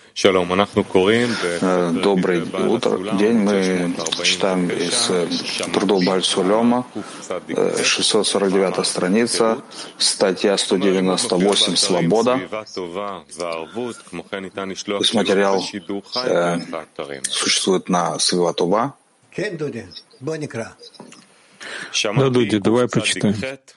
Добрый день. Мы читаем из трудов Бааль Сулема, 649 страница, статья 198 «Свобода». То есть материал существует на Свиватова. Да, Дуди, давай почитаем.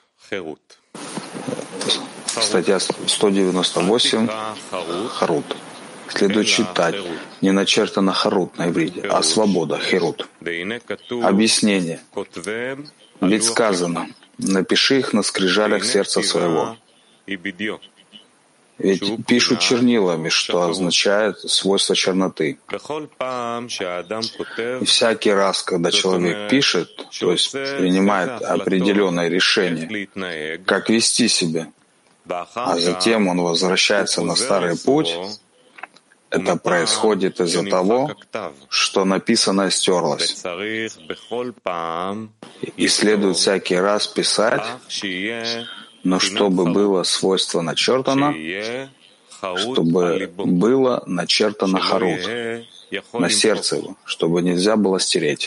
Статья 198 «Харут». Следует читать не начертано «харут» на иврите, а «свобода» «херут». Объяснение. Ведь сказано: «Напиши их на скрижалях сердца своего». Ведь пишут чернилами, что означает свойство черноты. И всякий раз, когда человек пишет, то есть принимает определенное решение, как вести себя, а затем он возвращается на старый путь, это происходит из-за того, что написанное стерлось. И следует всякий раз писать, но чтобы было свойство начертано, чтобы было начертано харут на сердце его, чтобы нельзя было стереть.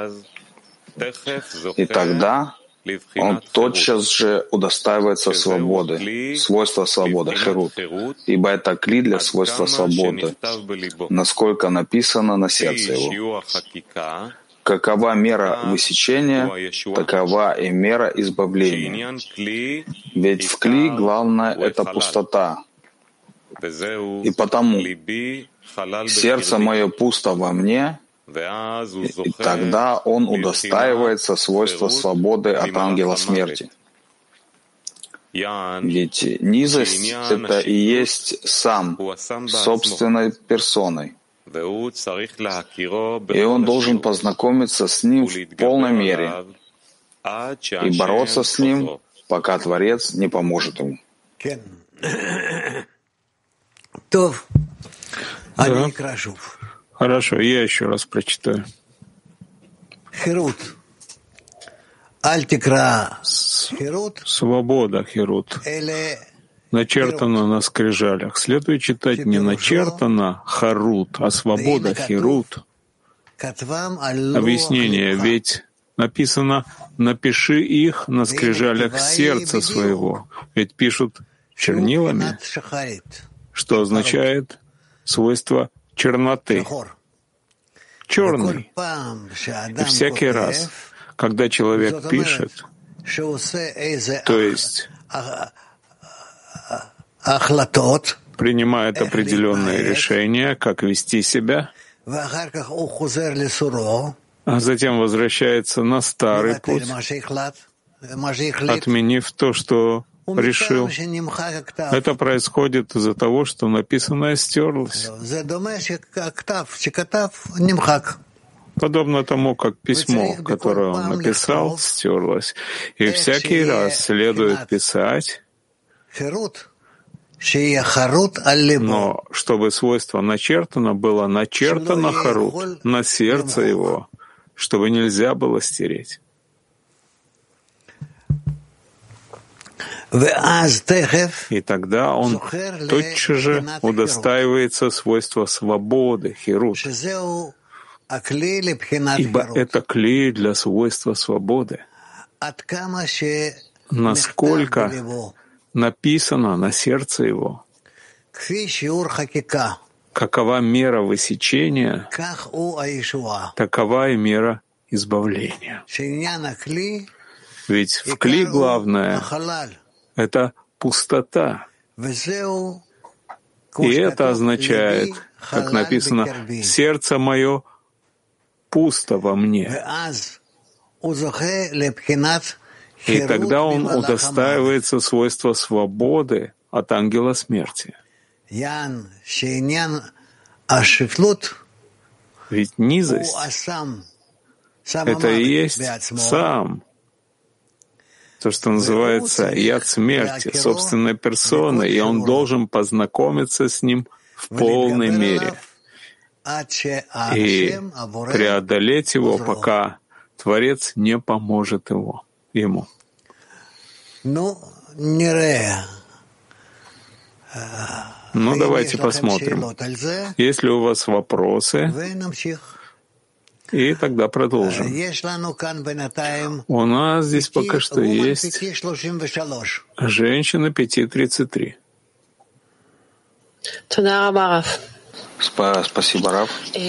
И тогда он тотчас же удостаивается свободы, свойства свободы, херут, ибо это кли для свойства свободы, насколько написано на сердце его. Какова мера высечения, такова и мера избавления. Ведь в кли главное — это пустота. И потому сердце мое пусто во мне, и тогда он удостаивается свойства свободы от ангела смерти. Ведь низость — это и есть сам, собственной персоной. И он должен познакомиться с ним в полной мере и бороться с ним, пока Творец не поможет ему. Да. Хорошо, я еще раз прочитаю. Свобода, херут, начертано на скрижалях. Следует читать не начертано харут, а свобода, херут. Объяснение. Ведь написано: напиши их на скрижалях сердца своего. Ведь пишут чернилами, что означает свойство черноты, черный. И всякий раз, когда человек пишет, то есть принимает определенные решения, как вести себя, а затем возвращается на старый путь, отменив то, что решил. Это происходит из-за того, что написанное стерлось. Подобно тому, как письмо, которое он написал, стерлось. И всякий раз следует писать, но чтобы свойство начертано было начертано харут на сердце его, чтобы нельзя было стереть. И тогда он тотчас же удостаивается свойства свободы, херут, ибо это клей для свойства свободы. Насколько написано на сердце его, какова мера высечения, такова и мера избавления. Ведь в кли главное — это пустота. И это означает, как написано, «сердце мое пусто во мне». И тогда он удостаивается свойства свободы от ангела смерти. Ведь низость — это и есть сам, то, что называется яд смерти, собственной персоной, и он должен познакомиться с ним в полной мере и преодолеть его, пока Творец не поможет ему. Ну, давайте посмотрим. Есть ли у вас вопросы? И тогда продолжим. У нас здесь пока что есть женщина 5:33. Спасибо, Рав.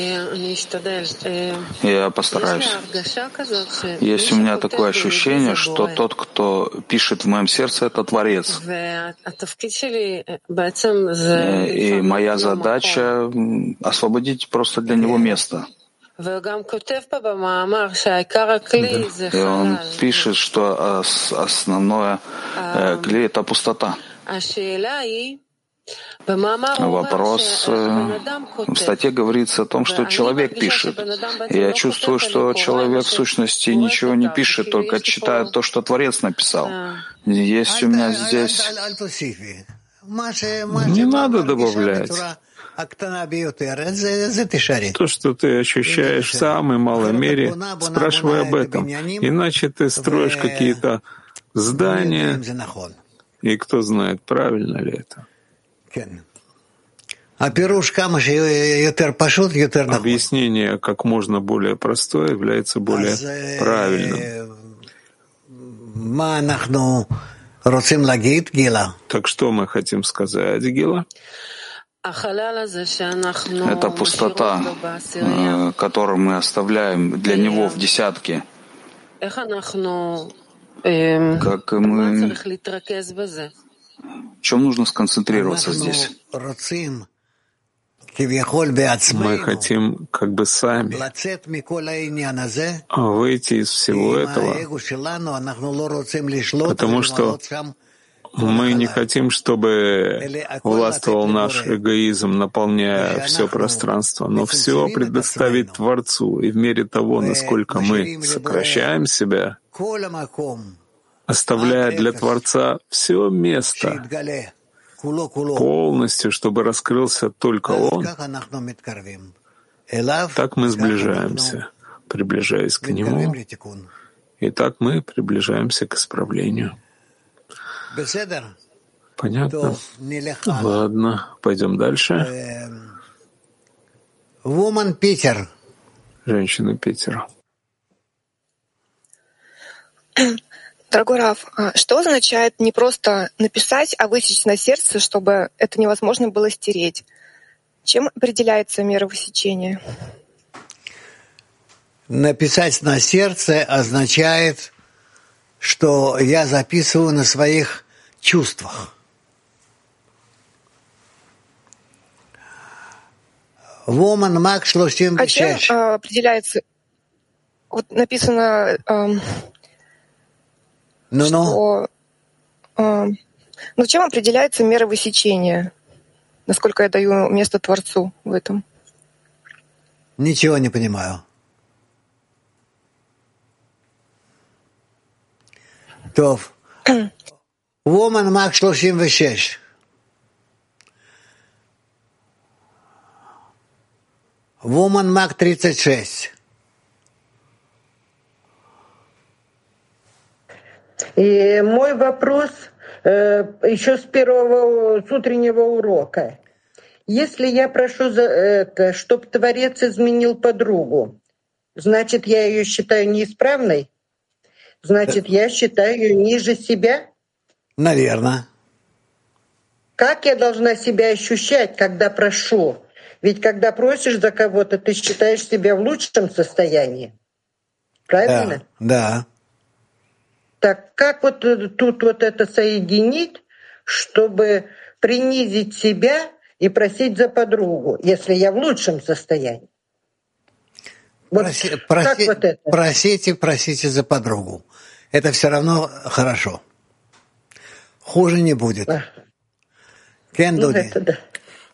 Я постараюсь. Есть у меня такое ощущение, что тот, кто пишет в моем сердце, это Творец. И моя задача — освободить просто для него место. И он пишет, что основное клей — это пустота. Вопрос в статье говорится о том, что человек пишет. И я чувствую, что человек в сущности ничего не пишет, только читает то, что Творец написал. Есть у меня здесь... Не надо добавлять. То, что ты ощущаешь в самой малой мере, спрашивай об этом. Иначе ты строишь какие-то здания, и кто знает, правильно ли это. Объяснение как можно более простое является более правильным. Так что мы хотим сказать, Гила? Это пустота, которую мы оставляем для него в десятке. Как мы... В чем нужно сконцентрироваться здесь? Мы хотим как бы сами выйти из всего этого, потому что мы не хотим, чтобы властвовал наш эгоизм, наполняя все пространство, но все предоставить Творцу. И в мере того, насколько мы сокращаем себя, оставляя для Творца все место полностью, чтобы раскрылся только Он, так мы сближаемся, приближаясь к Нему, и так мы приближаемся к исправлению. Понятно? Ладно, пойдем дальше. Женщина Питера. Дорогой Рав, что означает не просто написать, а высечь на сердце, чтобы это невозможно было стереть? Чем определяется мера высечения? Написать на сердце означает, что я записываю на своих чувствах. Woman Mac 36. А чем определяется? Вот написано, что... чем определяется мера высечения? Насколько я даю место Творцу в этом? Ничего не понимаю. טוב. Woman Mac 36. Woman Mac 36. И мой вопрос еще с утреннего урока. Если я прошу чтобы Творец изменил подругу, значит, я ее считаю неисправной? Значит, я считаю ее ниже себя? Наверное. Как я должна себя ощущать, когда прошу? Ведь когда просишь за кого-то, ты считаешь себя в лучшем состоянии. Правильно? Да. Так как вот тут вот это соединить, чтобы принизить себя и просить за подругу, если я в лучшем состоянии? Вот как вот это? Просите за подругу. Это все равно хорошо. Хуже не будет. Это да.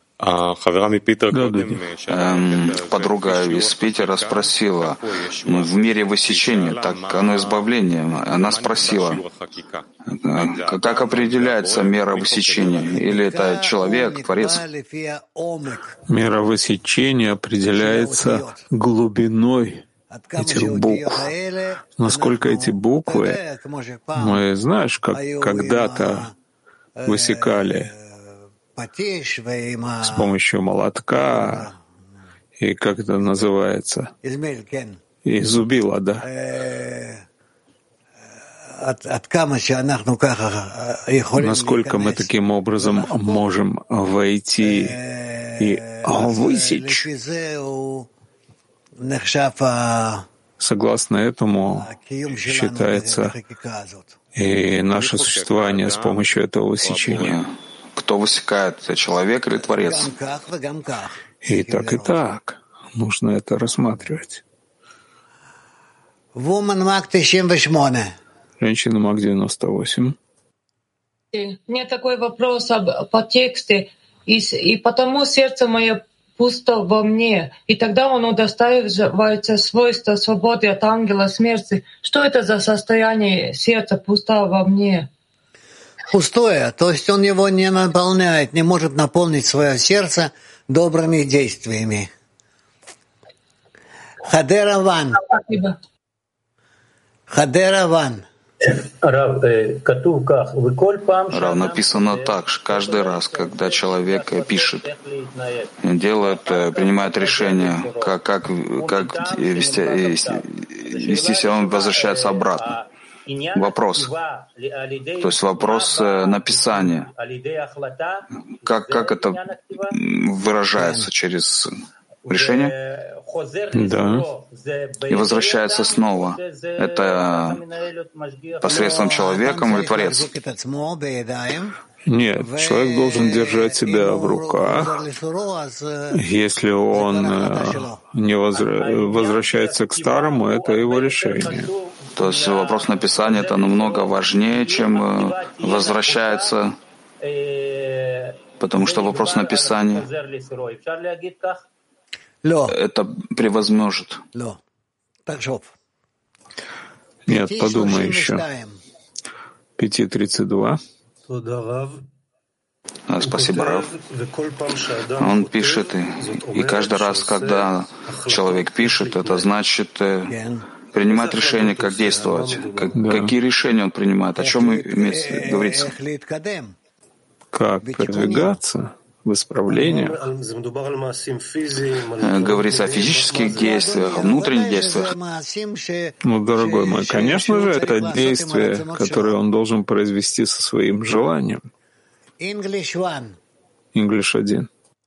Подруга из Питера спросила, в мире высечения, так оно избавление. Она спросила, как определяется мера высечения? Или это человек, Творец? Мера высечения определяется глубиной этих букв. Насколько эти буквы, мы, знаешь, как когда-то высекали с помощью молотка, и как это называется, и зубила, да. Насколько мы таким образом можем войти и высечь. Согласно этому считается и наше существование с помощью этого высечения. Кто высекает, человек или Творец? И так. Нужно это рассматривать. Женщина МАК 98. У меня такой вопрос по тексте. И потому сердце мое пусто во мне, и тогда он удостаивается свойства свободы от ангела смерти. Что это за состояние сердца пусто во мне? Пустое, то есть он его не наполняет, не может наполнить свое сердце добрыми действиями. Хадера ван. Хадера ван. Рав, написано так, что каждый раз, когда человек пишет, делает, принимает решение, как вести себя, он возвращается обратно. Вопрос. То есть вопрос написания. Как это выражается через решение? Да. И возвращается снова. Это посредством человеком или Творец? Нет, человек должен держать себя в руках. Если он не возвращается к старому, это его решение. То есть вопрос написания — это намного важнее, чем возвращается, потому что вопрос написания это превозможет. Нет, подумай еще. 5:32. Спасибо, Рав. Он пишет, и каждый раз, когда человек пишет, это значит принимать решение, как действовать. Какие решения он принимает? О чем говорится? Как продвигаться в исправлении? Говорится о физических действиях, о внутренних действиях. Ну, дорогой мой, конечно же, это действие, которое он должен произвести со своим желанием. English 1.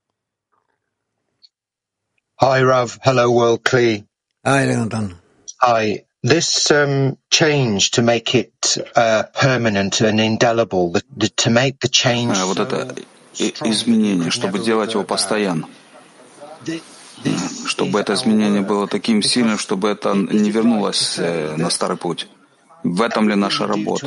Hi, Rav. Hello, World Kli. Hi, Leonton. Hi. This change to make it permanent and indelible, to make the change. Вот это изменение, чтобы делать его постоянно, чтобы это изменение было таким сильным, чтобы это не вернулось на старый путь. В этом ли наша работа?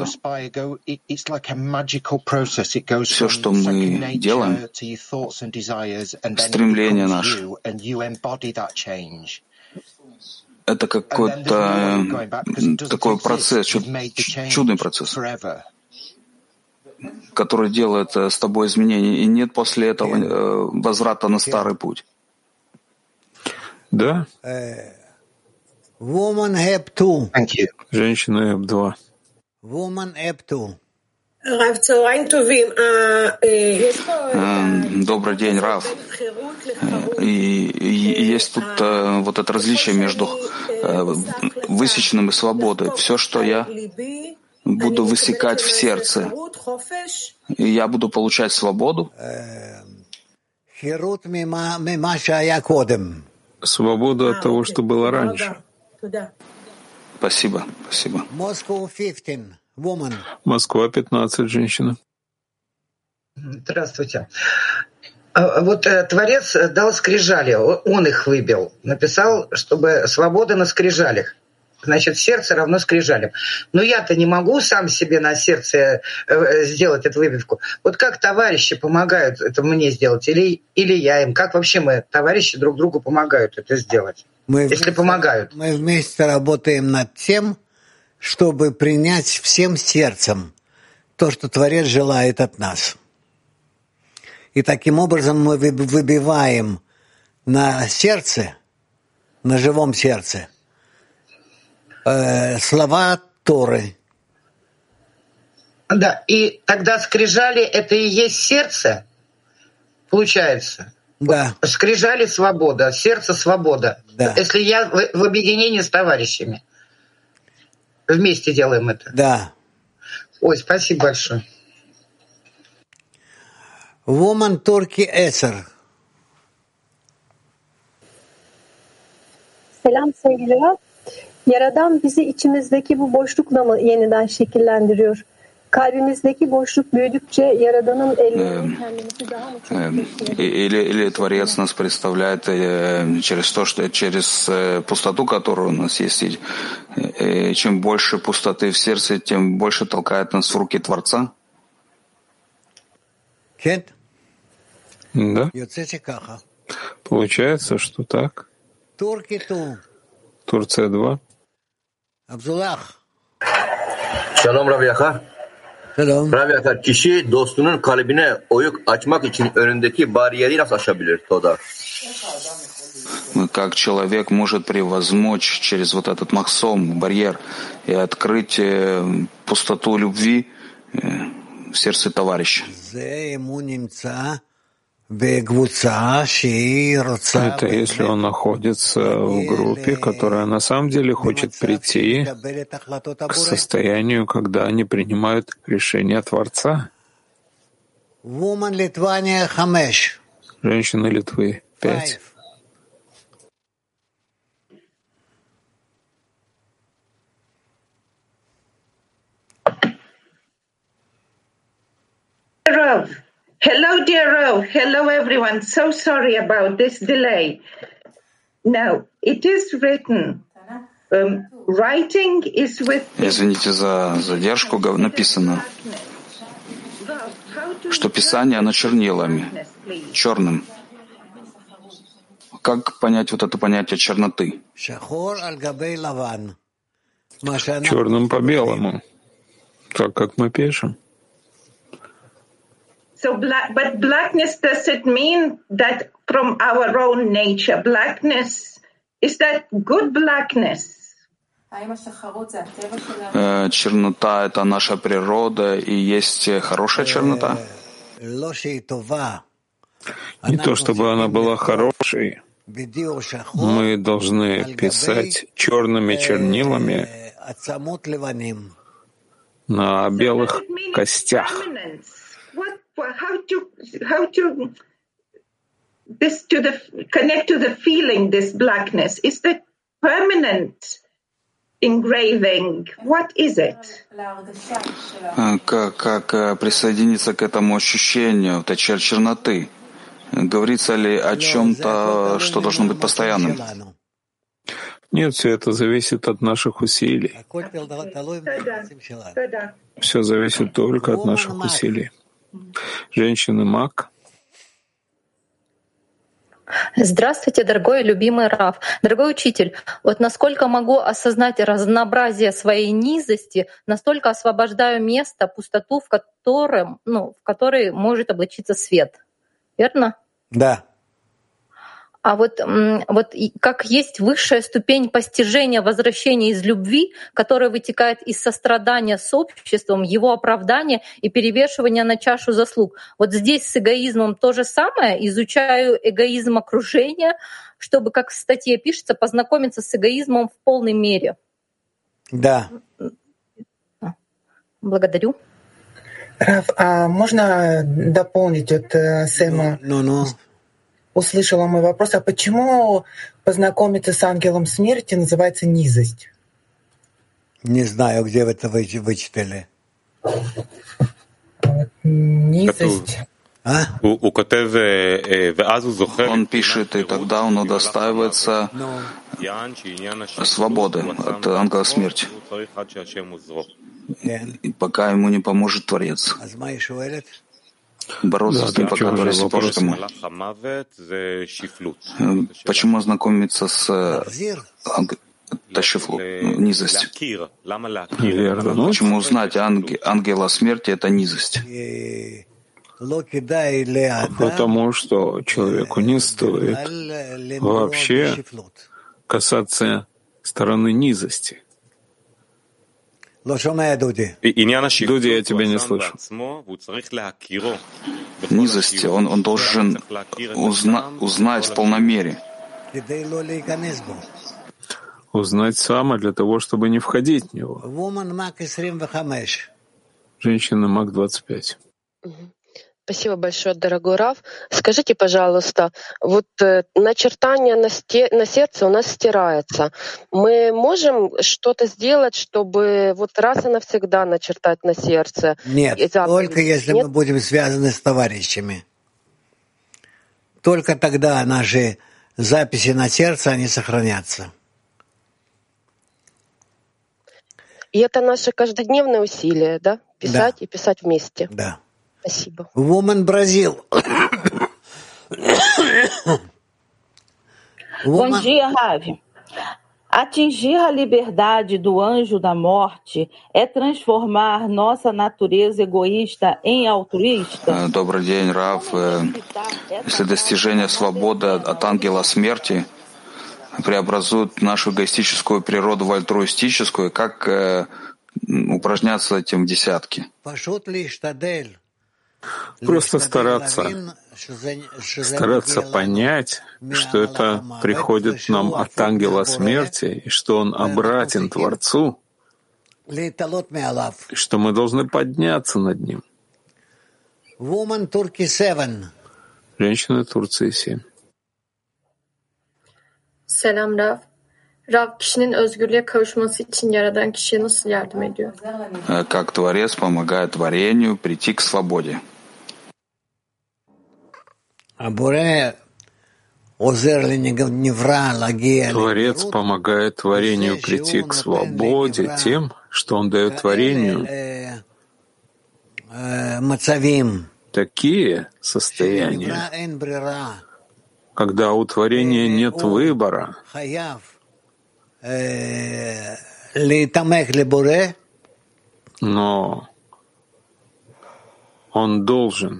Все, что мы делаем, стремление наше, это какой-то такой процесс, чудный процесс, который делает с тобой изменения, и нет после этого возврата на старый путь. Да. Женщина Эп 2. Добрый день, Рав. И есть тут вот это различие между высеченным и свободой. Все, что я буду высекать в сердце, и я буду получать свободу. Свободу от того, что было раньше. Спасибо. Москва 15, женщина. Здравствуйте. Вот Творец дал скрижали, он их выбил, написал, чтобы свобода на скрижалях. Значит, сердце равно скрижалям. Но я-то не могу сам себе на сердце сделать эту выбивку. Вот как товарищи помогают это мне сделать, или я им? Как вообще мы, товарищи, друг другу помогают это сделать? Если помогают. Мы вместе работаем над тем, чтобы принять всем сердцем то, что Творец желает от нас. И таким образом мы выбиваем на сердце, на живом сердце, слова Торы. Да, и тогда скрижали — это и есть сердце, Получается. Да. Скрижали свобода, сердце свобода. Да. Если я в объединении с товарищами. Вместе делаем это. Да. Ой, спасибо большое. Woman Turkey Eser. Selam sevgili Rab. Yaradan bizi içimizdeki bu boşlukla mı yeniden şekillendiriyor? Kalbimizdeki boşluk büyüdükçe Yaradan'ın ellerinin kendimizi daha mı çok или Творец нас представляет через то, что через пустоту, которая у нас есть. И чем больше пустоты в сердце, тем больше толкает нас в руки Творца. Да. Получается, что так. Турция 2. Shalom Rav Yakar. Rav Yakar, kişi dostunun kalbine oyuk açmak için önündeki bariyeri nasıl aşabilir? Toda. Как человек может превозмочь через вот этот махсом, барьер, и открыть пустоту любви в сердце товарища. Это если он находится в группе, которая на самом деле хочет прийти к состоянию, когда они принимают решения Творца. Женщины Литвы 5. Hello, dear Rav. Hello, everyone. So sorry about this delay. Now, it is written, writing is with... Извините за задержку, написано, что Писание, оно чернилами, черным. Как понять вот это понятие черноты? Черным по белому, так как мы пишем. So, but blackness, does it mean that from our own nature, blackness, is that good blackness? Чернота — это наша природа, и есть хорошая чернота? Не то чтобы она была хорошей. Мы должны писать черными чернилами на белых костях. How to connect to the feeling, this blackness? Is that permanent engraving? What is it? Как присоединиться к этому ощущению, этой черноты? Говорится ли о чем-то, что должно быть постоянным? Нет, все это зависит от наших усилий. Все зависит только от наших усилий. Женщины Мак. Здравствуйте, дорогой и любимый Рав. Дорогой учитель, вот насколько могу осознать разнообразие своей низости, настолько освобождаю место, пустоту, в которой может облачиться свет. Верно? Да. А вот как есть высшая ступень постижения возвращения из любви, которая вытекает из сострадания с обществом, его оправдания и перевешивания на чашу заслуг. Вот здесь с эгоизмом то же самое. Изучаю эгоизм окружения, чтобы, как в статье пишется, познакомиться с эгоизмом в полной мере. Да. Благодарю. Рав, а можно дополнить от Сэма? Услышала мой вопрос, а почему познакомиться с ангелом смерти называется низость? Не знаю, где вы это вычитали. Низость. Он пишет, и тогда он удостаивается свободы от ангела смерти. И пока ему не поможет Творец. Бороться с ним, пока Творец не поможет ему. Почему ознакомиться с низость? Почему узнать ангела смерти — это низость? Потому что человеку не стоит вообще касаться стороны низости. Дуди, я тебя не слышу. Низость он должен узнать в полной мере. Узнать сам, для того, чтобы не входить в него. Женщина Мак 25. Спасибо большое, дорогой Рав. Скажите, пожалуйста, вот начертание на сердце у нас стирается. Мы можем что-то сделать, чтобы вот раз и навсегда начертать на сердце? Нет, только если мы будем связаны с товарищами. Только тогда наши записи на сердце, они сохранятся. И это наше каждодневное усилие, да? Писать и писать вместе. Да. Спасибо. Woman Brazil. Bom dia, Rav. Atingir a liberdade do anjo da morte é transformar nossa natureza egoísta em altruísta? Добрый день, Рав. Если достижение свободы от ангела смерти преобразует нашу эгоистическую природу в альтруистическую, как упражняться этим в десятке? Просто стараться понять, что это приходит нам от ангела смерти, и что он обратен Творцу, и что мы должны подняться над ним. Женщина Турции 7. Selam Rav. Rav, kişinin özgürlüğe kavuşması için Yaradan kişiye nasıl yardım ediyor? Как Творец помогает творению прийти к свободе. Творец помогает творению прийти к свободе тем, что он дает творению такие состояния, когда у творения нет выбора, но он должен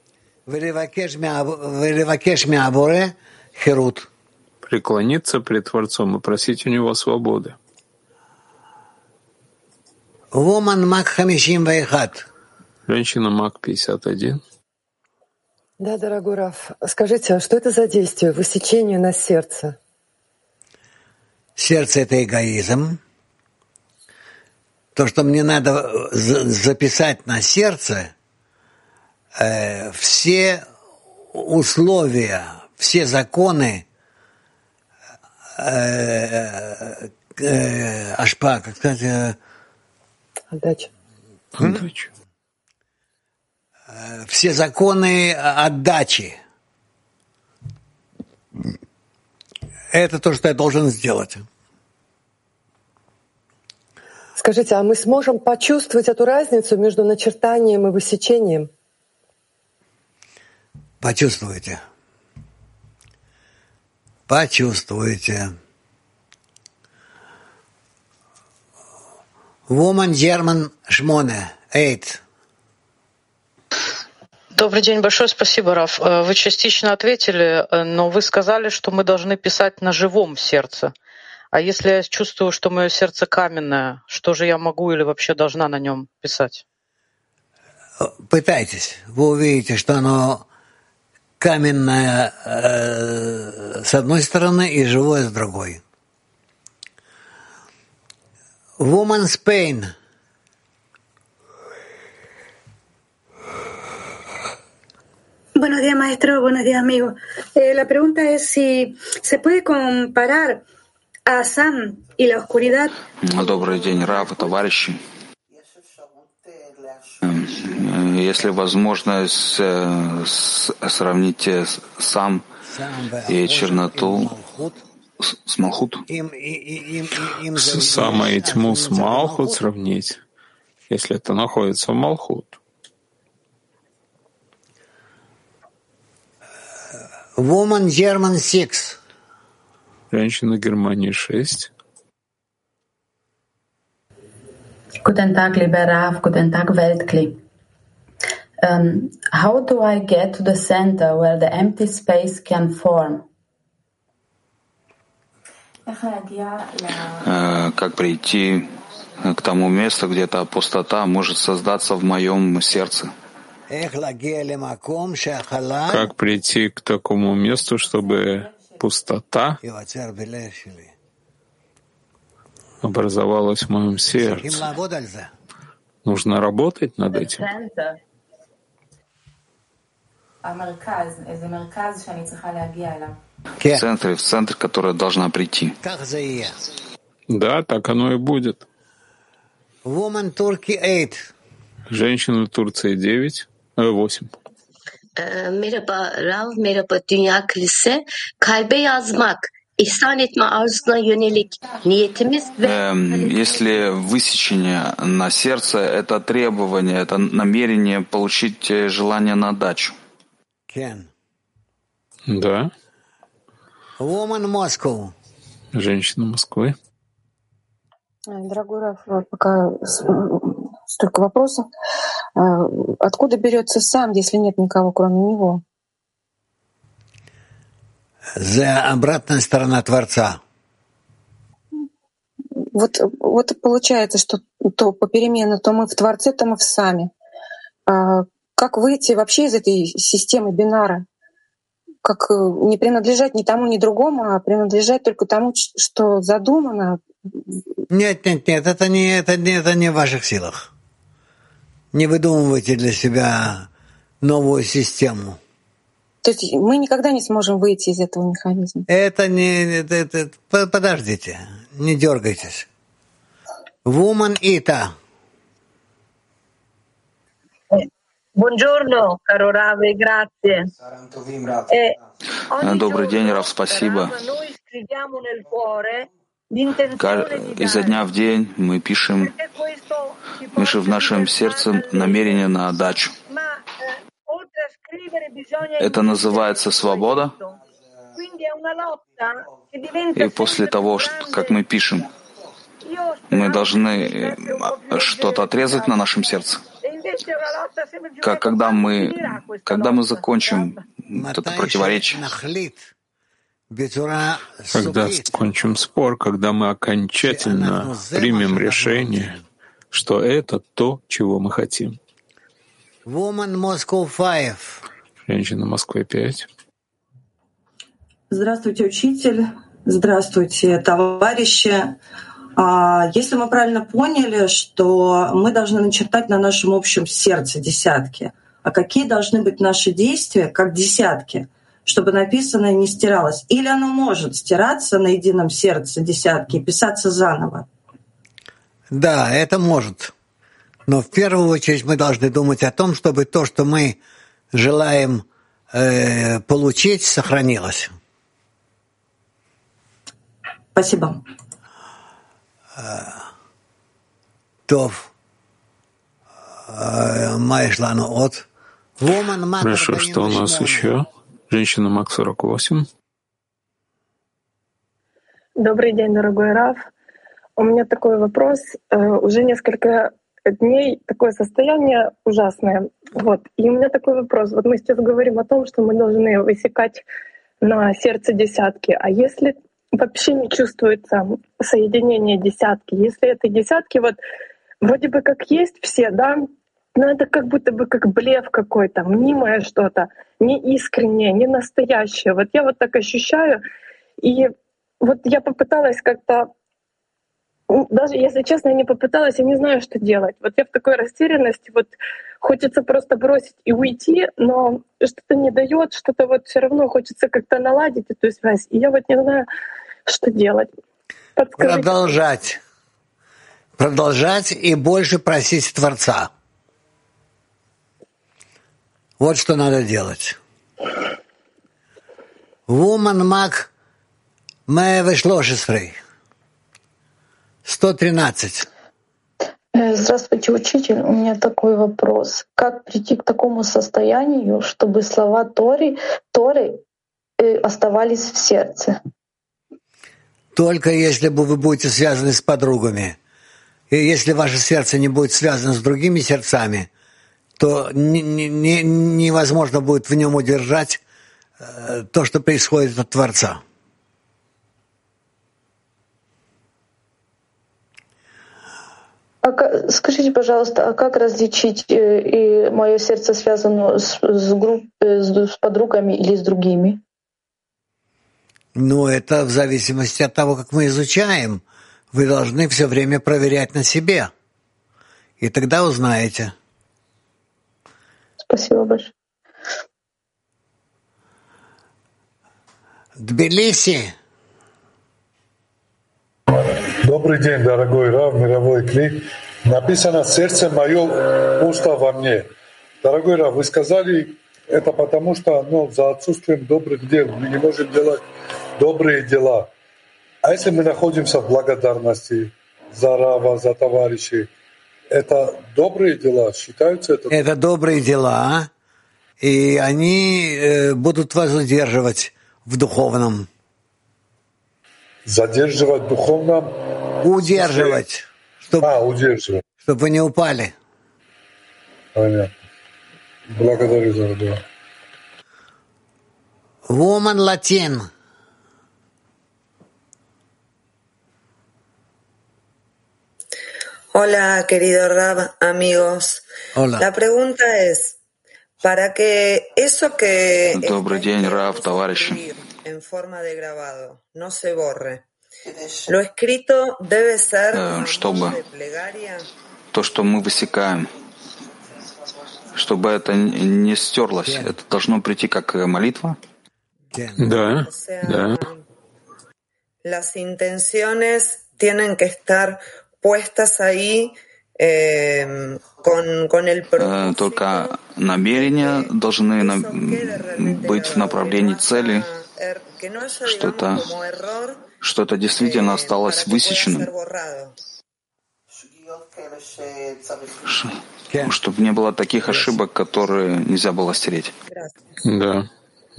преклониться пред Творцом и просить у него свободы. Женщина Мак 51. Да, дорогой Рав, скажите, а что это за действие, высечение на сердце? Сердце — это эгоизм. То, что мне надо записать на сердце, все условия, все законы ашпа, как сказать, отдача. Все законы отдачи. Это то, что я должен сделать. Скажите, а мы сможем почувствовать эту разницу между начертанием и высечением? Почувствуйте. Почувствуйте. Woman German 8. Добрый день, большое спасибо, Рав. Вы частично ответили, но вы сказали, что мы должны писать на живом сердце. А если я чувствую, что мое сердце каменное, что же я могу или вообще должна на нем писать? Пытайтесь. Вы увидите, что оно каменное с одной стороны и живое с другой. Woman Spain. Buenos días, maestro. Buenos días, amigo. La pregunta es si se puede comparar a Sam y la oscuridad. Добрый день, Рав, товарищи. Если возможно сравнить Сам и черноту с Малхут. Сама и тьму с Малхут сравнить, если это находится в Малхут. Woman German 6. Женщина Германии 6. Guten Tag, lieber Rav. Guten Tag, Weltkli. How do I get to the center where the empty space can form? Как прийти к тому месту, где эта пустота может создаться в моем сердце. Как прийти к такому месту, чтобы пустота образовалась в моем сердце? Нужно работать над этим. В центр, который должна прийти. Да, так оно и будет. Женщина Турции 8. Merhaba Rav, merhaba Dünya Kilise. Kalbe yazmak, ihsan etme arzusuna yönelik niyetimiz ve... Если высечение на сердце — это требование, это намерение получить желание на отдачу. Да. Женщина Москвы. Дорогой Раф, пока столько вопросов. Откуда берется сам, если нет никого, кроме него? Обратная сторона Творца. Вот получается, что то попеременно, то мы в Творце, то мы в сами. Как выйти вообще из этой системы бинара? Как не принадлежать ни тому, ни другому, а принадлежать только тому, что задумано? Нет, это не в ваших силах. Не выдумывайте для себя новую систему. То есть мы никогда не сможем выйти из этого механизма? Подождите, не дергайтесь. Woman Ita. Buongiorno, caro Rav, grazie. Добрый день, Рав, спасибо. Изо дня в день мы пишем в нашем сердце намерение на отдачу. Это называется свобода. И после того, как мы пишем, мы должны что-то отрезать на нашем сердце. Когда мы закончим это противоречие, когда закончим спор, когда мы окончательно примем решение, что это то, чего мы хотим. Женщина Москвы 5. Здравствуйте, учитель. Здравствуйте, товарищи. Если мы правильно поняли, что мы должны начертать на нашем общем сердце десятки, а какие должны быть наши действия как десятки, чтобы написанное не стиралось? Или оно может стираться на едином сердце десятки и писаться заново? Да, это может. Но в первую очередь мы должны думать о том, чтобы то, что мы желаем получить, сохранилось. Спасибо. Хорошо, что у нас еще? Женщина Мак 48. Добрый день, дорогой Раф. У меня такой вопрос. Уже несколько дней такое состояние ужасное. И у меня такой вопрос. Мы сейчас говорим о том, что мы должны высекать на сердце десятки. А если вообще не чувствуется соединение десятки, если это десятки вроде бы как есть все, да, но это как будто бы как блеф какой-то, мнимое что-то, не искреннее, не настоящее. Я так ощущаю. И я попыталась как-то, даже если честно, я не попыталась, я не знаю, что делать. Я в такой растерянности, хочется просто бросить и уйти, но что-то не дает, что-то все равно хочется как-то наладить эту связь. И я не знаю, что делать. Подскажите. Продолжать и больше просить Творца. Вот что надо делать. Woman Mag 113. Здравствуйте, учитель. У меня такой вопрос. Как прийти к такому состоянию, чтобы слова Торы оставались в сердце? Только если вы будете связаны с подругами. И если ваше сердце не будет связано с другими сердцами, то невозможно будет в нем удержать то, что происходит от Творца. Скажите, пожалуйста, а как различить, и мое сердце связано с подругами или с другими? Ну, это в зависимости от того, как мы изучаем. Вы должны все время проверять на себе. И тогда узнаете. Спасибо большое. Тбилиси. Добрый день, дорогой Рав, мировой Кли. Написано «Сердце мое, уста во мне». Дорогой Рав, вы сказали, это потому что за отсутствием добрых дел мы не можем делать добрые дела. А если мы находимся в благодарности за Рава, за товарищей, это добрые дела? Считаются это? Это добрые дела, и они будут вас удерживать в духовном. Задерживать в духовном? Удерживать. Удерживать. Чтобы вы не упали. Понятно. Благодарю за разговор. Woman Latin. Hola, querido Rab, amigos. Hola. La pregunta es, para que eso que Добрый день, Рав, товарищи. en forma de grabado no se borre, lo escrito debe ser чтобы de plegaria. То, что мы высекаем, чтобы это не стерлось, это должно прийти как молитва? Да, да. Las intenciones tienen que estar puestas ahí con el propósito. Только намерения должны быть в направлении цели, что это действительно осталось высеченным, чтобы не было таких ошибок, которые нельзя было стереть. Да.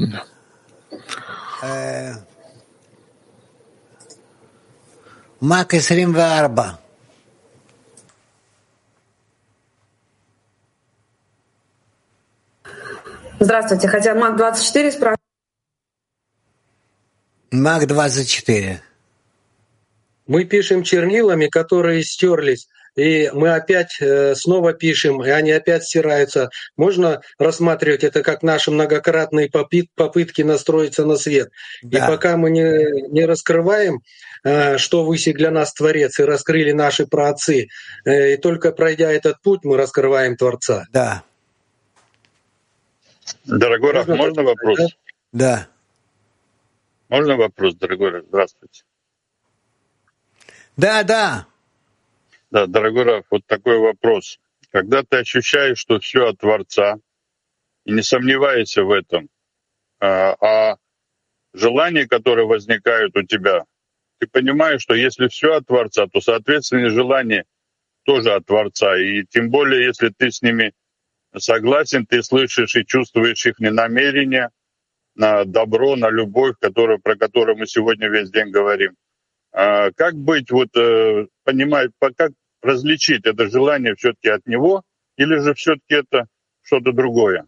Мак 24. Здравствуйте. Хотя Мак 24 спрашивает. Мак 24. Мы пишем чернилами, которые стерлись, и мы опять снова пишем, и они опять стираются. Можно рассматривать это как наши многократные попытки настроиться на свет. Да. И пока мы не раскрываем, что высек для нас Творец, и раскрыли наши праотцы, и только пройдя этот путь, мы раскрываем Творца. Да. Дорогой Раф, можно вопрос? Да. Можно вопрос, дорогой Раф? Здравствуйте. Да. Да, дорогой Раф, вот такой вопрос. Когда ты ощущаешь, что все от Творца, и не сомневаешься в этом, а желания, которые возникают у тебя, ты понимаешь, что если все от Творца, то, соответственно, и желания тоже от Творца. И тем более, если ты с ними согласен, ты слышишь и чувствуешь их намерения на добро, на любовь, про которую мы сегодня весь день говорим. Как быть, понимать, как различить это желание все-таки от него, или же все-таки это что-то другое?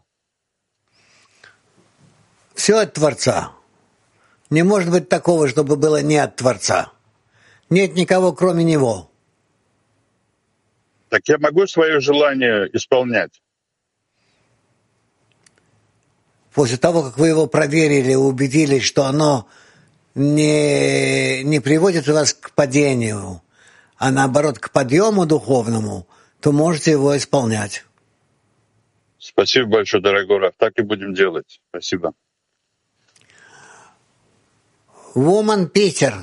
Все от Творца. Не может быть такого, чтобы было не от Творца. Нет никого, кроме Него. Так я могу свое желание исполнять? После того, как вы его проверили, убедились, что оно не приводит вас к падению, а наоборот к подъему духовному, то можете его исполнять. Спасибо большое, дорогой Раф. Так и будем делать. Спасибо. Woman Питер.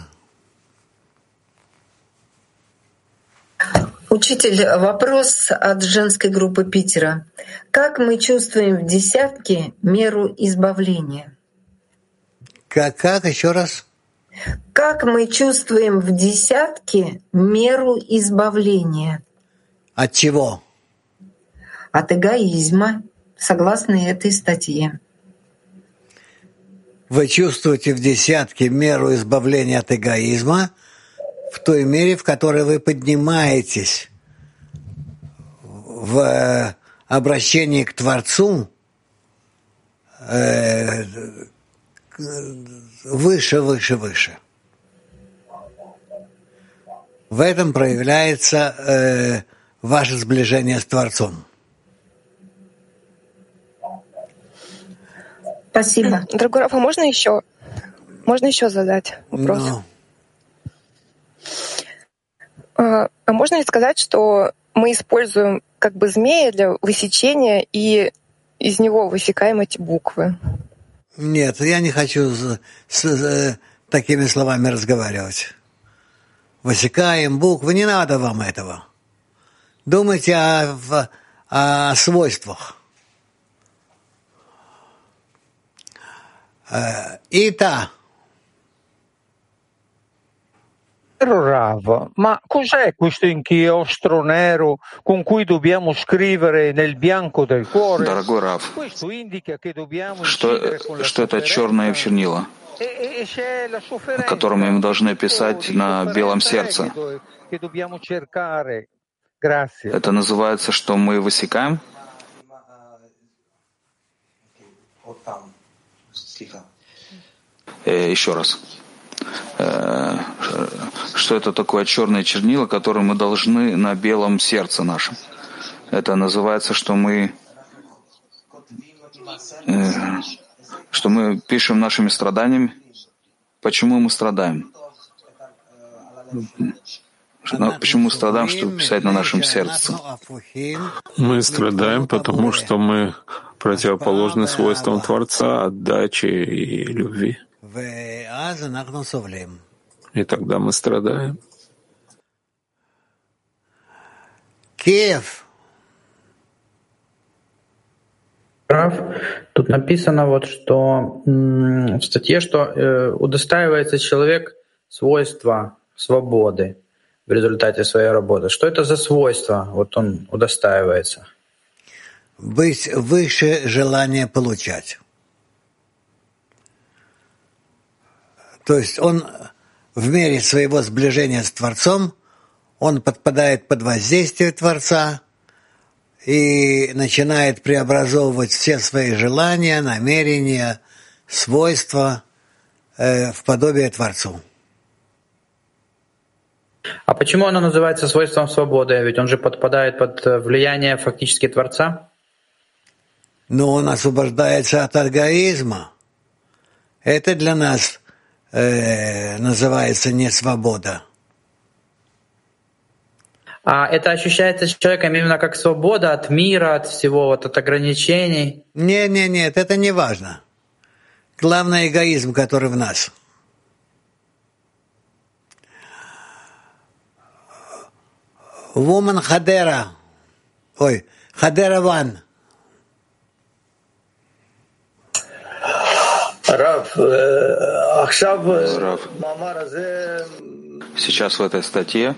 Учитель, вопрос от женской группы Питера. Как мы чувствуем в десятке меру избавления? Как? Еще раз? Как мы чувствуем в десятке меру избавления? От чего? От эгоизма, согласно этой статье. Вы чувствуете в десятке меру избавления от эгоизма в той мере, в которой вы поднимаетесь в обращении к Творцу выше. В этом проявляется ваше сближение с Творцом. Спасибо. Дорогой Раф, а можно еще задать вопрос? А можно ли сказать, что мы используем как бы змея для высечения и из него высекаем эти буквы? Нет, я не хочу с такими словами разговаривать. Высекаем буквы, не надо вам этого. Думайте о свойствах. Ита. Rav, ma cos'è questo inchiostro nero con cui dobbiamo scrivere nel bianco del cuore? Дорогой Рав, что это черное чернила, которыми мы должны писать на белом сердце? Это называется, что мы высекаем? Еще раз. Что это такое черные чернила, которые мы должны на белом сердце нашем? Это называется, что мы пишем нашими страданиями. Почему мы страдаем? Почему мы страдаем, чтобы писать на нашем сердце? Мы страдаем, потому что мы противоположны свойствам Творца, отдачи и любви. И тогда мы страдаем. Киев. Тут написано вот, что в статье, что удостаивается человек свойства свободы в результате своей работы. Что это за свойство? Вот он удостаивается. Быть выше желания получать. То есть он в мере своего сближения с Творцом, он подпадает под воздействие Творца и начинает преобразовывать все свои желания, намерения, свойства в подобие Творцу. А почему оно называется свойством свободы? Ведь он же подпадает под влияние фактически Творца. Но он освобождается от эгоизма. Это для нас называется не свобода. А это ощущается человеком именно как свобода от мира, от всего, вот от ограничений? Нет, это не важно. Главное — эгоизм, который в нас. Woman Хадера. Хадера Ван. Рав, сейчас в этой статье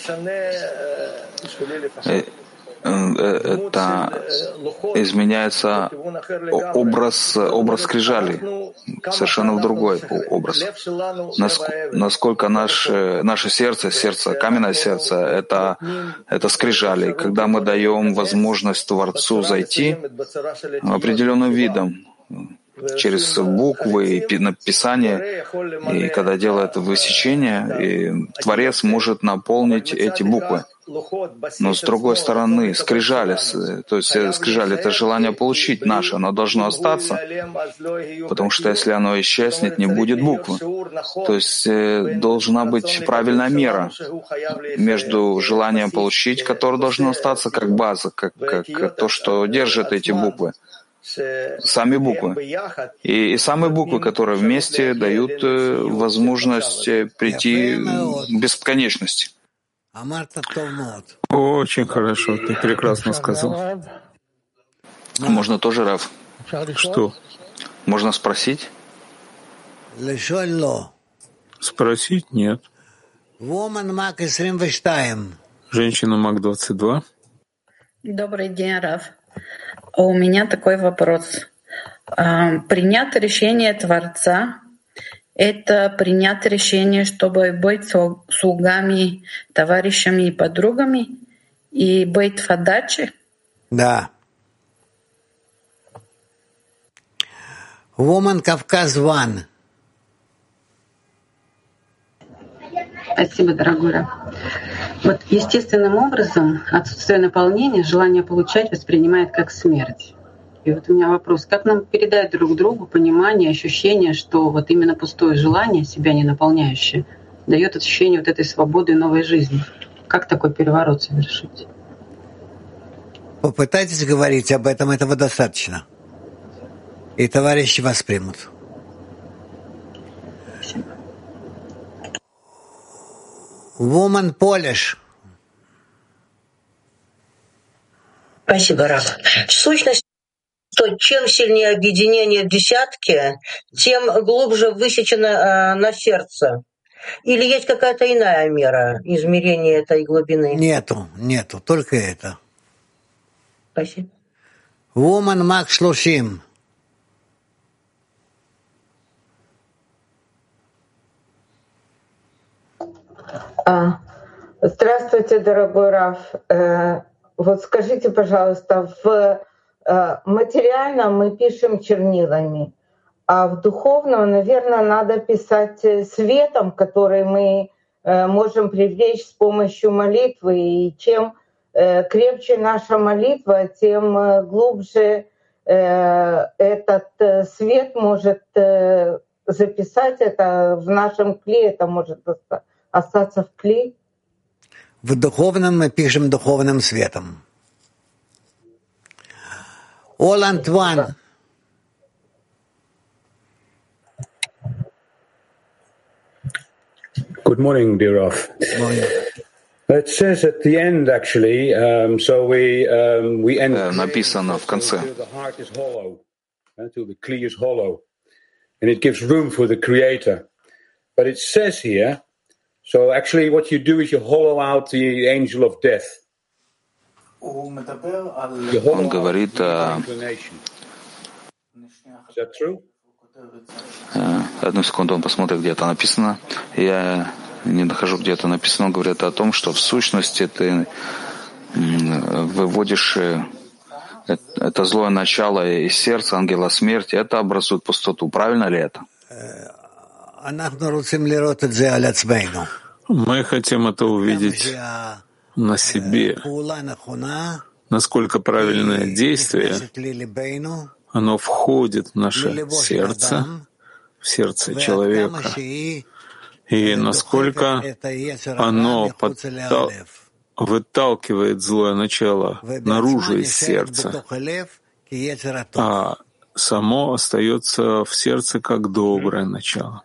это изменяется образ скрижали, совершенно в другой образ. Насколько наше сердце, каменное сердце, это скрижали. Когда мы даем возможность Творцу зайти определенным видом, через буквы и написание, и когда делает высечение, и Творец может наполнить эти буквы. Но с другой стороны, скрижали, то есть скрижали — это желание получить наше, оно должно остаться, потому что если оно исчезнет, не будет буквы. То есть должна быть правильная мера между желанием получить, которое должно остаться как база, как то, что держит эти буквы. Сами буквы. И самые буквы, которые вместе дают возможность прийти к бесконечности. Очень хорошо, ты прекрасно сказал. Можно тоже, Рав? Что? Можно спросить? Спросить нет. Женщина МАК-22. Добрый день, Рав. У меня такой вопрос. Принять решение Творца — это принять решение, чтобы быть слугами, товарищами и подругами и быть в отдаче? Да. Woman Кавказ One. Спасибо, дорогой Рав. Вот естественным образом отсутствие наполнения, желание получать воспринимает как смерть. И вот у меня вопрос, как нам передать друг другу понимание, ощущение, что вот именно пустое желание, себя не наполняющее, дает ощущение вот этой свободы и новой жизни? Как такой переворот совершить? Попытайтесь говорить об этом, этого достаточно. И товарищи вас примут. Woman Polish. Спасибо, Рав. В сущности, что чем сильнее объединение в десятке, тем глубже высечено на сердце. Или есть какая-то иная мера измерения этой глубины? Нету, только это. Спасибо. Woman Max 30. Здравствуйте, дорогой Рав. Вот скажите, пожалуйста, в материальном мы пишем чернилами, а в духовном, наверное, надо писать светом, который мы можем привлечь с помощью молитвы. И чем крепче наша молитва, тем глубже этот свет может записать это в нашем кле, это может остаться в кле. В духовном мы пишем духовным светом. Антуан. Good morning, dear Rav. Morning. It says at the end, actually, so we end. Написано в конце. The heart is hollow, until the kli is hollow, and it gives room for the Creator. But it says here, so actually, what you do is you hollow out the angel of death. Он говорит, Is that true? Одну секунду, он посмотрит, где это написано. Я не нахожу, где это написано. Он говорит о том, что в сущности ты выводишь это злое начало из сердца ангела смерти. Это образует пустоту. Правильно ли это? Мы хотим это увидеть на себе. Насколько правильное действие, оно входит в наше сердце, в сердце человека, и насколько оно выталкивает злое начало наружу из сердца, а само остается в сердце как доброе начало.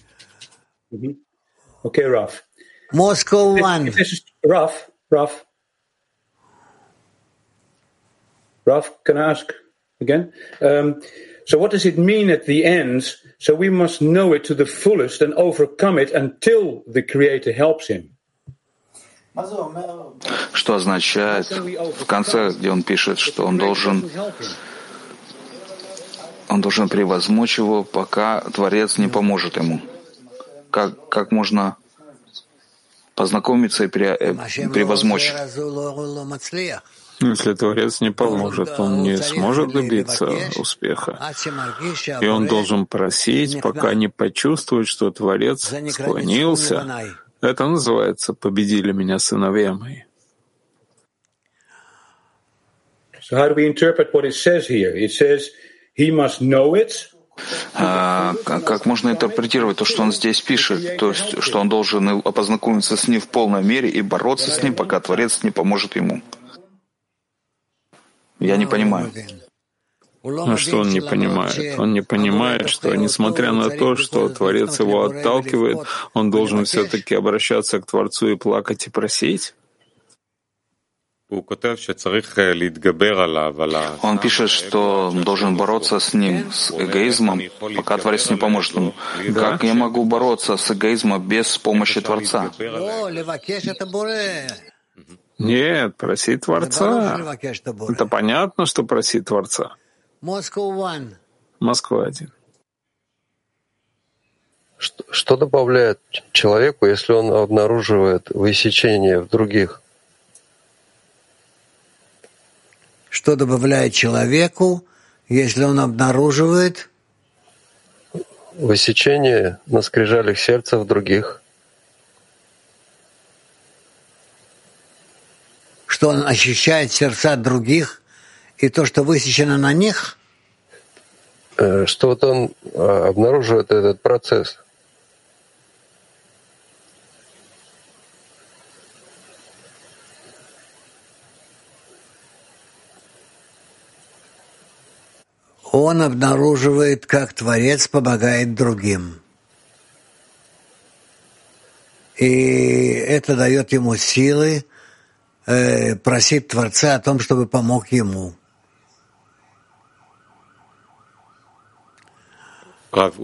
Okay, Raf. Moscow one. Raf, can I ask again? So what does it mean at the end? So we must know it to the fullest and overcome it until the Creator helps him. Что означает в конце, где он пишет, что он должен превозмочь его, пока Творец не поможет ему. Как можно познакомиться и превозмочь? Если Творец не поможет, он не сможет добиться успеха. И он должен просить, пока не почувствует, что Творец склонился. Это называется «победили меня сыновья мои». So how do we interpret what it says here? It says he must know it. Как можно интерпретировать то, что он здесь пишет? То есть, что он должен познакомиться с ним в полной мере и бороться с ним, пока Творец не поможет ему. Я не понимаю. А что он не понимает? Он не понимает, что, несмотря на то, что Творец его отталкивает, он должен все-таки обращаться к Творцу и плакать и просить? Он пишет, что должен бороться с ним, с эгоизмом, пока Творец не поможет ему. Как я могу бороться с эгоизмом без помощи Творца? Нет, просить Творца. Это понятно, что просить Творца. Москва-1. Что добавляет человеку, если он обнаруживает высечение в других? Что добавляет человеку, если он обнаруживает высечение на скрижалях сердца в других? что он ощущает сердца других и то, что высечено на них? Что вот он обнаруживает этот процесс. Он обнаруживает, как Творец помогает другим. И это дает ему силы просить Творца о том, чтобы помог ему. Рав,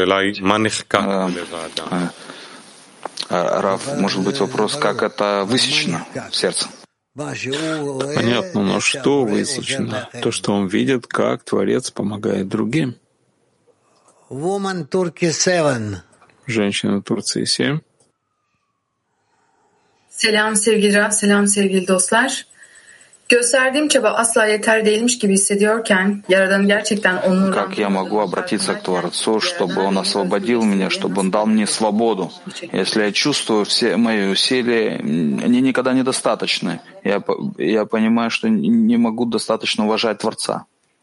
может быть, вопрос, как это высечено в сердце? Понятно, но что высечено? То, что он видит, как Творец помогает другим. Женщина Турции 7. Selam sevgili Rab, selam sevgili dostlar. Gösterdiğim çaba asla yeter değilmiş gibi hissediyorken, Yaradan'ı gerçekten onurlandırmadığını... Как я могу обратиться к Творцу, чтобы Он освободил меня, чтобы Он дал мне свободу? Если я чувствую, все мои усилия, они никогда недостаточны. Я понимаю, что не могу достаточно уважать Творца.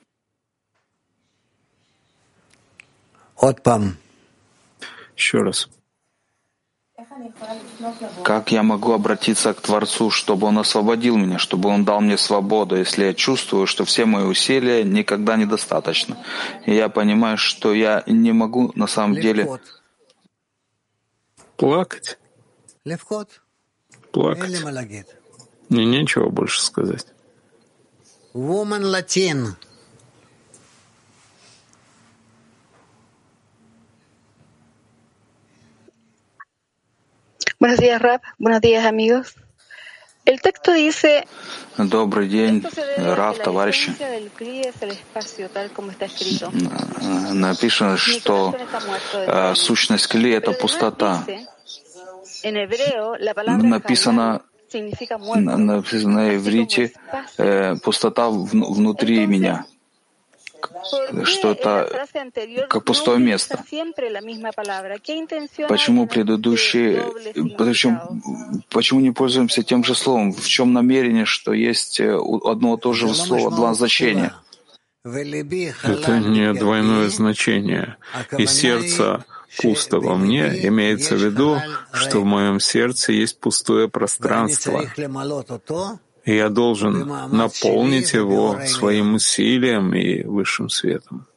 Еще раз. Как я могу обратиться к Творцу, чтобы Он освободил меня, чтобы Он дал мне свободу, если я чувствую, что все мои усилия никогда недостаточно? И я понимаю, что я не могу на самом деле... Плакать. Плакать. Мне нечего больше сказать. Buenos días, Rab. Buenos días, amigos. El texto dice... Добрый день, Рав, товарищи. Написано, что сущность кли — это пустота. Написано на иврите «пустота внутри меня», что это как пустое место. Почему почему не пользуемся тем же словом? В чем намерение, что есть одно и то же слово, два значения? Это не двойное значение. И сердце пусто во мне имеется в виду, что в моем сердце есть пустое пространство. И я должен наполнить его своим усилием и высшим светом.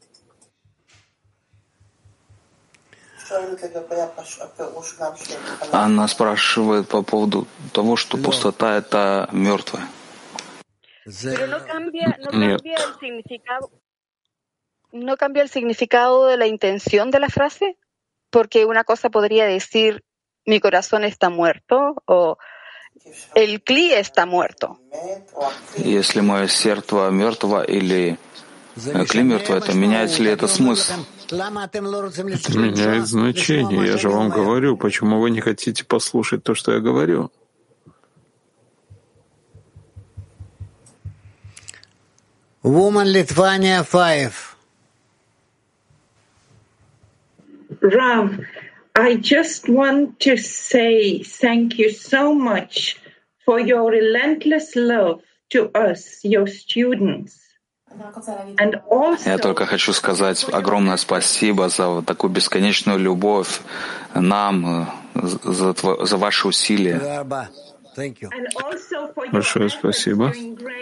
Анна спрашивает по поводу того, что пустота — это мертвое. Нет. ¿No cambia el significado de la intención de la frase? Porque una cosa podría decir, mi corazón está muerto, o el cli está muerto. Если мое сердце мертво или кли мертво, это меняется ли это смысл? Это меняет значение. Я же вам говорю, почему вы не хотите послушать то, что я говорю. Woman Lithuania 5. Rav, I just want to say thank you so much for your relentless love to us, your students. Я только хочу сказать огромное спасибо за такую бесконечную любовь нам, за ваши усилия. Большое спасибо.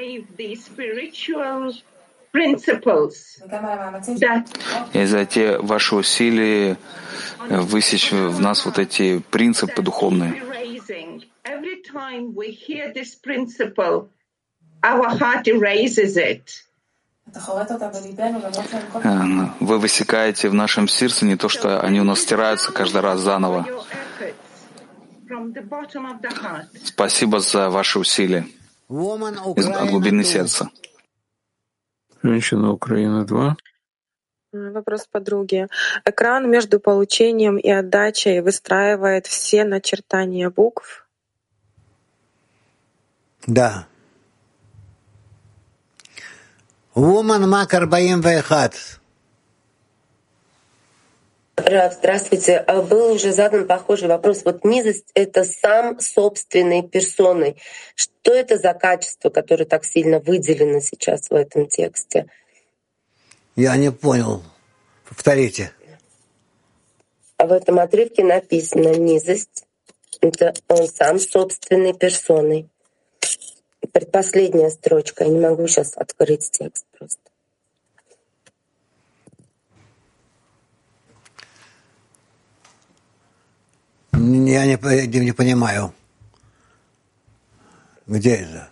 И за те ваши усилия высечь в нас вот эти принципы духовные. Вы высекаете в нашем сердце не то, что они у нас стираются каждый раз заново. Спасибо за ваши усилия от глубины сердца. Женщина Украины 2. Вопрос подруги. Экран между получением и отдачей выстраивает все начертания букв? Да. Woman Мак 41. Рав, здравствуйте. Был уже задан похожий вопрос. Вот низость — это сам собственной персоной. Что это за качество, которое так сильно выделено сейчас в этом тексте? Я не понял. Повторите. В этом отрывке написано «низость» — это он сам собственной персоной. Предпоследняя строчка. Я не могу сейчас открыть текст просто. Я не понимаю. Где это?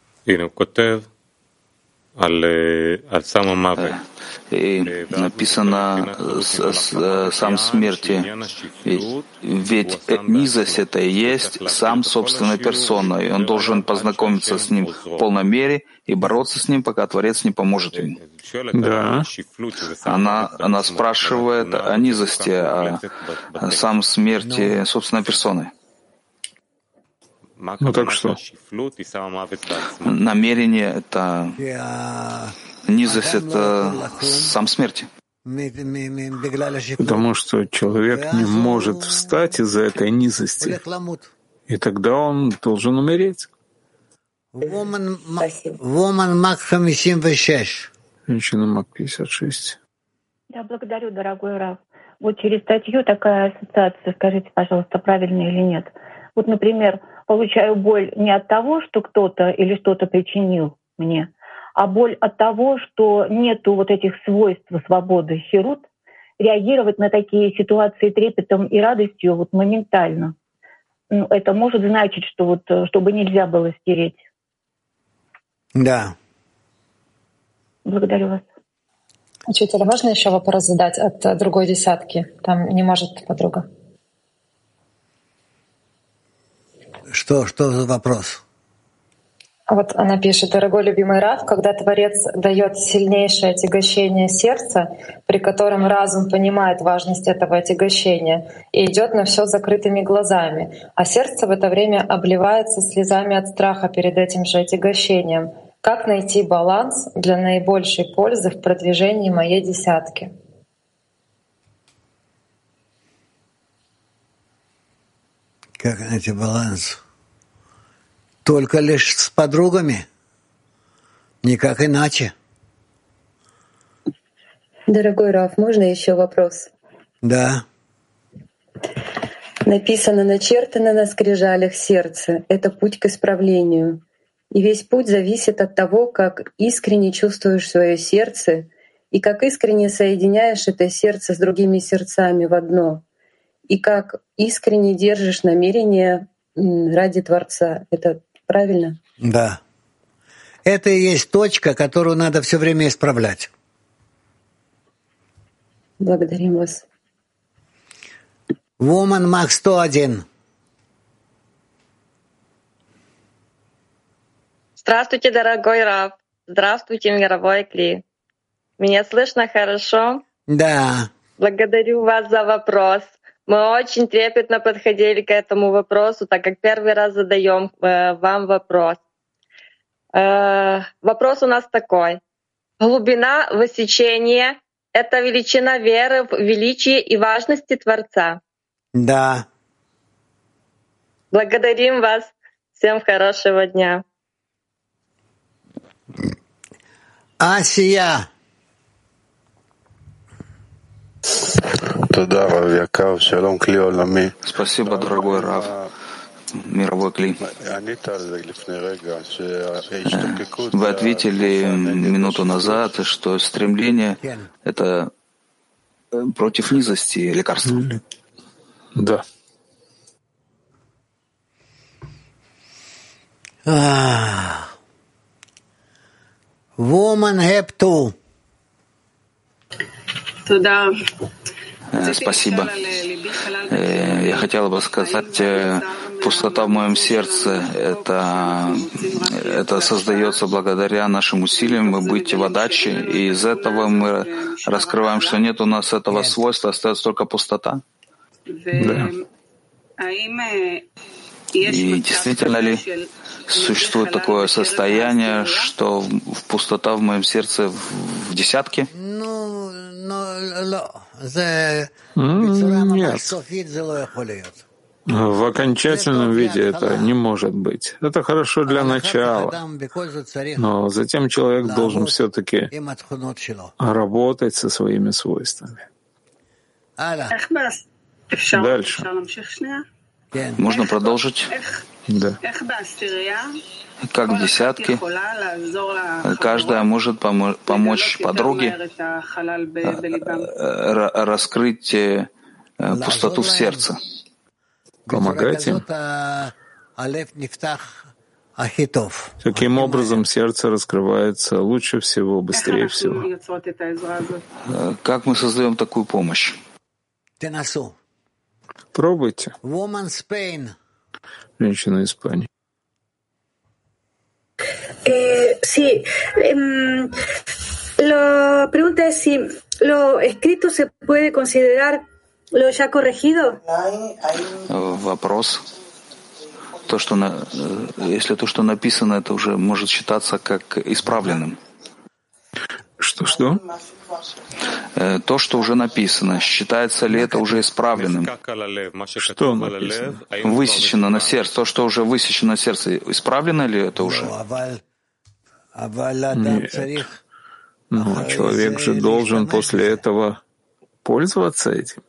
И написано сам смерти. Ведь низость — это и есть сам собственной персоной. Он должен познакомиться с ним в полной мере и бороться с ним, пока Творец не поможет ему. Да. Она спрашивает о низости, о сам смерти собственной персоны. Ну так что? Намерение — это низость, это сам смерти. Потому что человек не может встать из-за этой низости, и тогда он должен умереть. Woman Мак 56. Женщина Мак 56. Да, благодарю, дорогой Рав. Вот через статью такая ассоциация, скажите, пожалуйста, правильно или нет. Вот, например, получаю боль не от того, что кто-то или что-то причинил мне, а боль от того, что нету вот этих свойств свободы херут, реагировать на такие ситуации трепетом и радостью вот моментально. Ну, это может значить, что вот, чтобы нельзя было стереть. Да. Благодарю вас. Учитель, можно еще вопрос задать от другой десятки? Там не может подруга. Что за вопрос? Вот она пишет: дорогой любимый Рав, когда Творец дает сильнейшее отягощение сердца, при котором разум понимает важность этого отягощения и идет на все закрытыми глазами, а сердце в это время обливается слезами от страха перед этим же отягощением. Как найти баланс для наибольшей пользы в продвижении моей десятки? Как найти баланс? Только лишь с подругами? Никак иначе. Дорогой Рав, можно еще вопрос? Да. Написано: начертано на скрижалях сердце. Это путь к исправлению. И весь путь зависит от того, как искренне чувствуешь свое сердце и как искренне соединяешь это сердце с другими сердцами в одно, и как искренне держишь намерение ради Творца. Это правильно? Да. Это и есть точка, которую надо все время исправлять. Благодарим вас. Woman Мак 101. Здравствуйте, дорогой Рав. Здравствуйте, мировой Кли. Меня слышно хорошо? Да. Благодарю вас за вопрос. Мы очень трепетно подходили к этому вопросу, так как первый раз задаем вам вопрос. Вопрос у нас такой. Глубина высечения — это величина веры в величие и важности Творца. Да. Благодарим вас. Всем хорошего дня. Асия. Спасибо, дорогой Рав, мировой Кли. Вы ответили минуту назад, что стремление — это против низости лекарства. Да. Woman have to. Туда. Спасибо. Я хотела бы сказать, пустота в моем сердце — это создается благодаря нашим усилиям быть в отдаче, и из этого мы раскрываем, что нет у нас этого свойства, остается только пустота. Да. И действительно ли существует такое состояние, что пустота в моем сердце в десятке? Ну, Нет. В окончательном виде это не может быть. Это хорошо для начала, но затем человек должен все-таки работать со своими свойствами. Дальше. Можно продолжить? Да. Как десятки, каждая может помочь подруге раскрыть пустоту в сердце. Помогать им. Таким образом, сердце раскрывается лучше всего, быстрее всего. Как мы создаем такую помощь? Пробуйте. Женщина Испании. Sí, la pregunta es si lo escrito se puede considerar lo ya corregido. Вопрос. Если то, что написано, это уже может считаться как исправленным. Что? То, что уже написано, считается ли это уже исправленным? Что написано? Высечено на сердце. То, что уже высечено на сердце, исправлено ли это уже? Нет. Но человек же должен после этого пользоваться этим.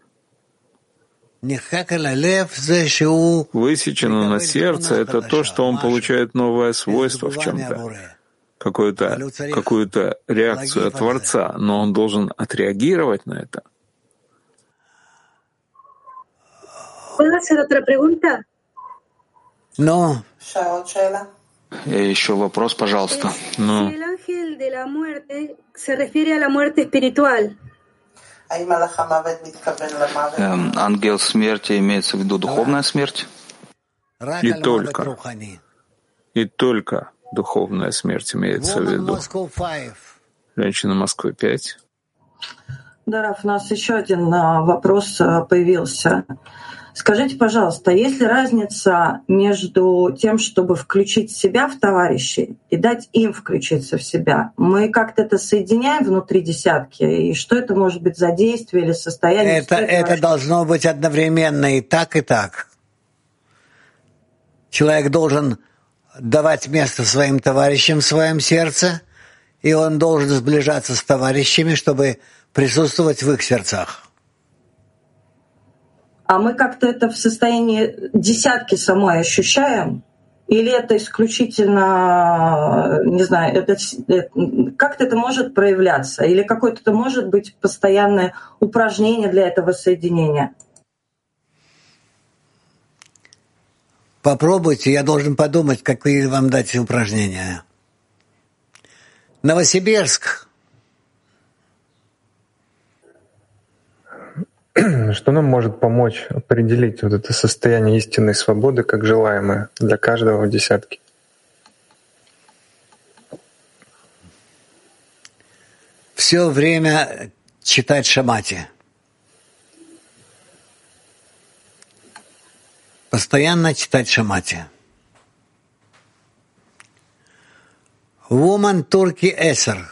Высечено на сердце — это то, что он получает новое свойство в чем-то, какую-то реакцию от Творца, но он должен отреагировать на это. ¿Puedo hacer otra pregunta? No. Еще вопрос, пожалуйста. No. El ángel de la muerte se refiere a la muerte espiritual. Ангел смерти имеется в виду духовная смерть? И только духовная смерть имеется в виду. Женщина Москвы 5. Да, Раф, у нас еще один вопрос появился. Скажите, пожалуйста, есть ли разница между тем, чтобы включить себя в товарищей и дать им включиться в себя? Мы как-то это соединяем внутри десятки? И что это может быть за действие или состояние? Это должно быть одновременно и так, и так. Человек должен давать место своим товарищам в своем сердце, и он должен сближаться с товарищами, чтобы присутствовать в их сердцах. А мы как-то это в состоянии десятки самой ощущаем? Или это исключительно, не знаю, как-то это может проявляться? Или какое-то это может быть постоянное упражнение для этого соединения? Попробуйте, я должен подумать, какие вам дать упражнения. Новосибирск. Что нам может помочь определить вот это состояние истинной свободы как желаемое для каждого в десятке? Все время читать шамати. Постоянно читать шамати. Woman Turkey Eser.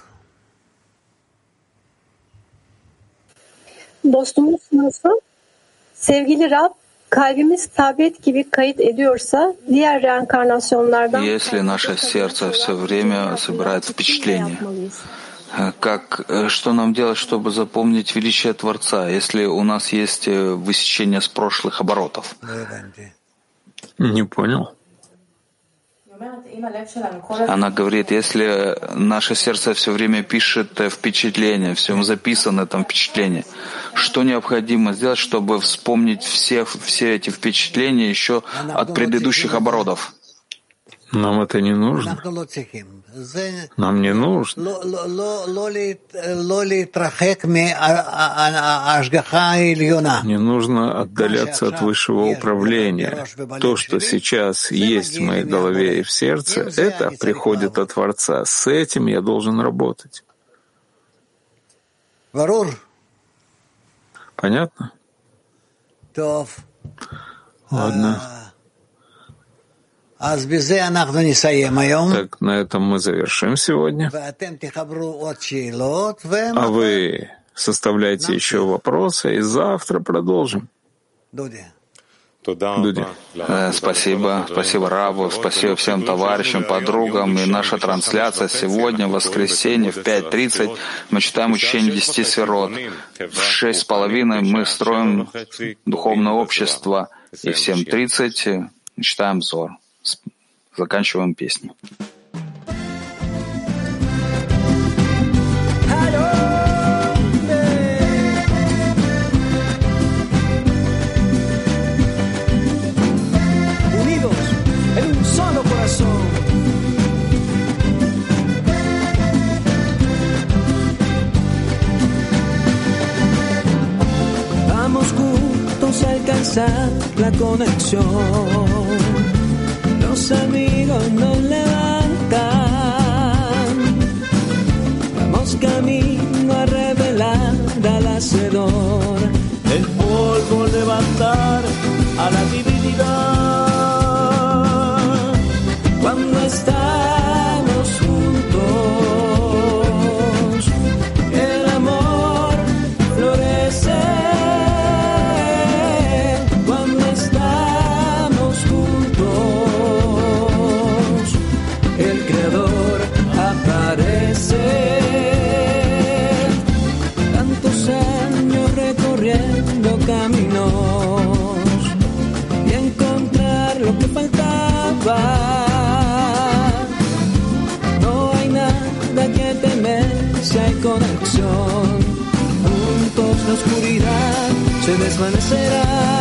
Dostumuz nasıl? Sevgili Rab, kalbimiz tablet gibi kayıt ediyorsa diğer reenkarnasyonlardan... Если наше сердце все время собирает впечатления, что нам делать, чтобы запомнить величие Творца, если у нас есть высечение с прошлых оборотов? Не понял. Она говорит, если наше сердце все время пишет впечатление, все записано там впечатление, что необходимо сделать, чтобы вспомнить все эти впечатления еще от предыдущих оборотов? Нам это не нужно. Нам не нужно. Не нужно отдаляться от высшего управления. То, что сейчас есть в моей голове и в сердце, это приходит от Творца. С этим я должен работать. Понятно? Ладно. Так, на этом мы завершим сегодня. А вы составляйте еще вопросы, и завтра продолжим. Дуди. Спасибо. Спасибо Раву, спасибо всем товарищам, подругам. И наша трансляция сегодня, в воскресенье, в 5:30, мы читаем учение 10 сферот. В 6:30 мы строим духовное общество. И в 7:30 читаем Зор. Заканчиваем песней. Alcanzar la conexión, los amigos nos levantan, vamos camino a revelar al hacedor, el polvo levantar a la divinidad, cuando estamos juntos, el amor florece. Tantos años recorriendo caminos y encontrar lo que faltaba. No hay nada que temer si hay conexión. Juntos la oscuridad se desvanecerá.